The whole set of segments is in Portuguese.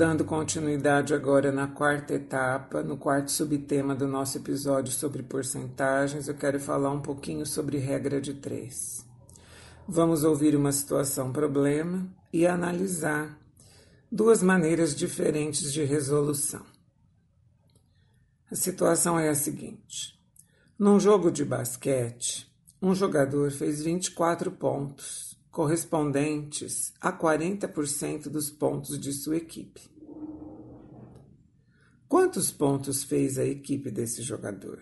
Dando continuidade agora na quarta etapa, no quarto subtema do nosso episódio sobre porcentagens, eu quero falar um pouquinho sobre regra de 3. Vamos ouvir uma situação-problema e analisar duas maneiras diferentes de resolução. A situação é a seguinte: num jogo de basquete, um jogador fez 24 pontos, correspondentes a 40% dos pontos de sua equipe. Quantos pontos fez a equipe desse jogador?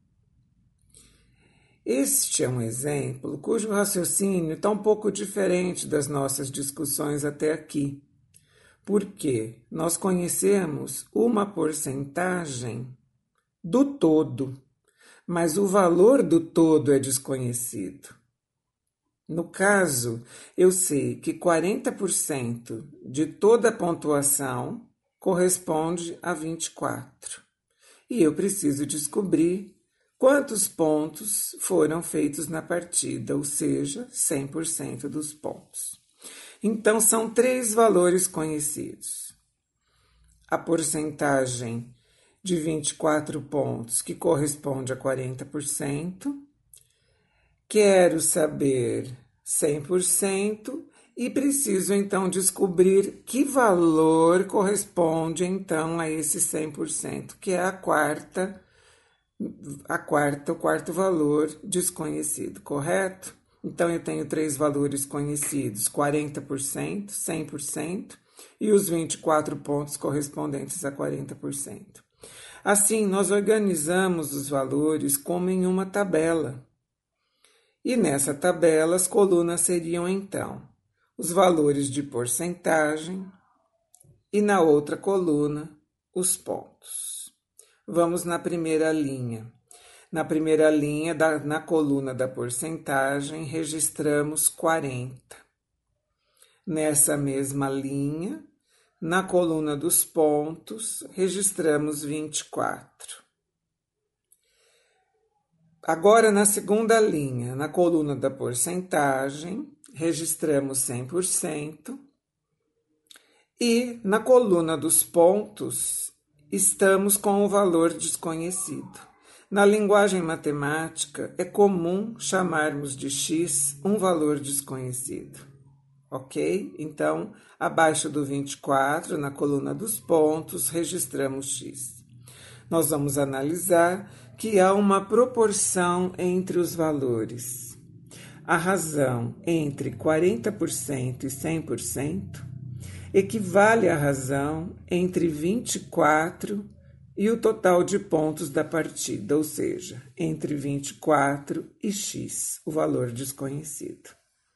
Este é um exemplo cujo raciocínio está um pouco diferente das nossas discussões até aqui, porque nós conhecemos uma porcentagem do todo, mas o valor do todo é desconhecido. No caso, eu sei que 40% de toda a pontuação corresponde a 24. E eu preciso descobrir quantos pontos foram feitos na partida, ou seja, 100% dos pontos. Então, são 3 valores conhecidos. A porcentagem de 24 pontos, que corresponde a 40%. Quero saber 100% e preciso então descobrir que valor corresponde então a esse 100%, que é o quarto valor desconhecido, correto? Então eu tenho 3 valores conhecidos: 40%, 100% e os 24 pontos correspondentes a 40%. Assim, nós organizamos os valores como em uma tabela. E nessa tabela as colunas seriam então os valores de porcentagem e na outra coluna os pontos. Vamos na primeira linha. Na primeira linha, na coluna da porcentagem, registramos 40. Nessa mesma linha, na coluna dos pontos, registramos 24. Agora, na segunda linha, na coluna da porcentagem, registramos 100%. E na coluna dos pontos, estamos com o valor desconhecido. Na linguagem matemática, é comum chamarmos de x um valor desconhecido. Ok? Então, abaixo do 24, na coluna dos pontos, registramos x. Nós vamos analisar que há uma proporção entre os valores. A razão entre 40% e 100% equivale à razão entre 24 e o total de pontos da partida, ou seja, entre 24 e x, o valor desconhecido.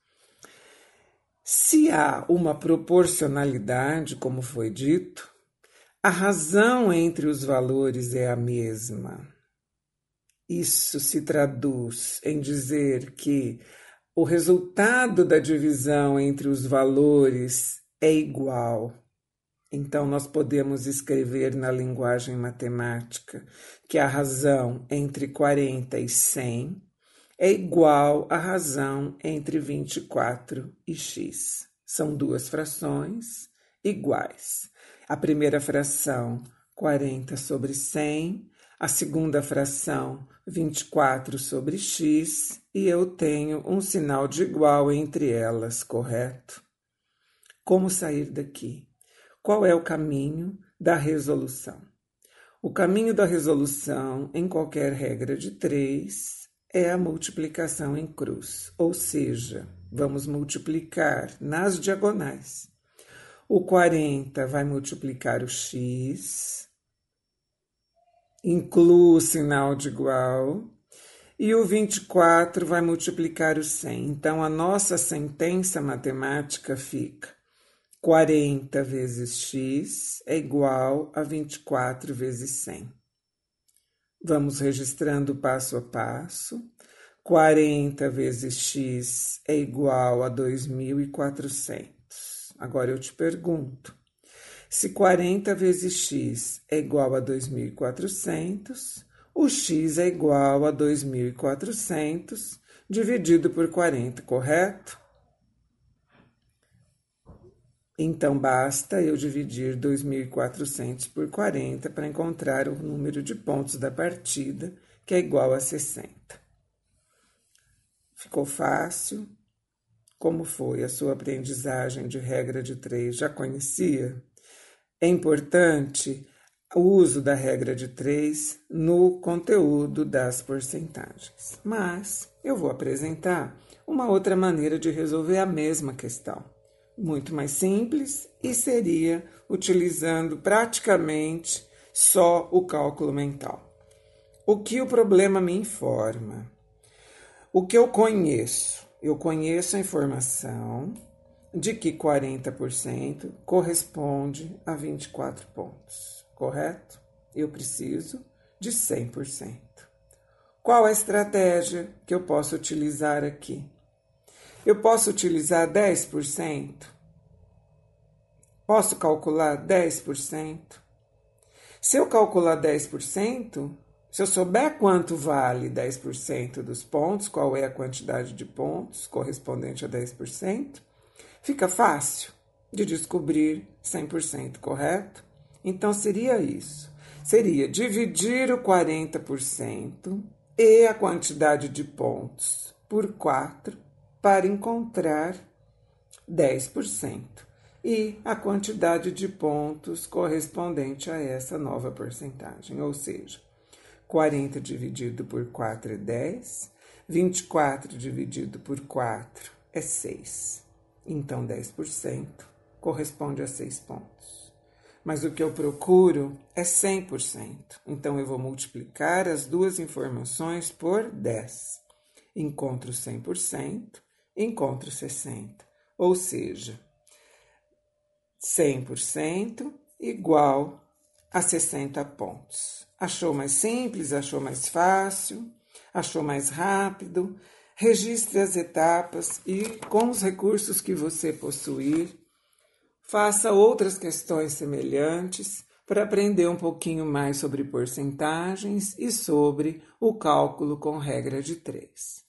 Se há uma proporcionalidade, como foi dito, a razão entre os valores é a mesma. Isso se traduz em dizer que o resultado da divisão entre os valores é igual. Então, nós podemos escrever na linguagem matemática que a razão entre 40 e 100 é igual à razão entre 24 e x. São 2 frações iguais. A primeira fração, 40 sobre 100, a segunda fração, 24 sobre x, e eu tenho um sinal de igual entre elas, correto? Como sair daqui? Qual é o caminho da resolução? O caminho da resolução, em qualquer regra de 3, é a multiplicação em cruz, ou seja, vamos multiplicar nas diagonais. O 40 vai multiplicar o x, incluo o sinal de igual, e o 24 vai multiplicar o 100. Então, a nossa sentença matemática fica: 40 vezes x é igual a 24 vezes 100. Vamos registrando passo a passo. 40 vezes x é igual a 2.400. Agora eu te pergunto: se 40 vezes x é igual a 2.400, o x é igual a 2.400 dividido por 40, correto? Então, basta eu dividir 2.400 por 40 para encontrar o número de pontos da partida, que é igual a 60. Ficou fácil? Como foi a sua aprendizagem de regra de 3? Já conhecia? É importante o uso da regra de 3 no conteúdo das porcentagens. Mas eu vou apresentar uma outra maneira de resolver a mesma questão. Muito mais simples e seria utilizando praticamente só o cálculo mental. O que o problema me informa? O que eu conheço? Eu conheço a informação de que 40% corresponde a 24 pontos, correto? Eu preciso de 100%. Qual a estratégia que eu posso utilizar aqui? Eu posso utilizar 10%? Posso calcular 10%? Se eu calcular 10%, se eu souber quanto vale 10% dos pontos, qual é a quantidade de pontos correspondente a 10%, fica fácil de descobrir 100%, correto? Então, seria isso. Seria dividir o 40% e a quantidade de pontos por 4 para encontrar 10% e a quantidade de pontos correspondente a essa nova porcentagem, ou seja, 40 dividido por 4 é 10, 24 dividido por 4 é 6. Então, 10% corresponde a 6 pontos. Mas o que eu procuro é 100%. Então, eu vou multiplicar as duas informações por 10. Encontro 100%, encontro 60%. Ou seja, 100% igual a 60 pontos. Achou mais simples? Achou mais fácil? Achou mais rápido? Registre as etapas e, com os recursos que você possuir, faça outras questões semelhantes para aprender um pouquinho mais sobre porcentagens e sobre o cálculo com regra de 3.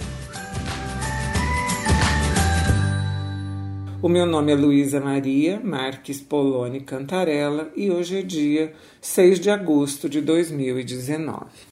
O meu nome é Luísa Maria Marques Poloni Cantarella e hoje é dia 6 de agosto de 2019.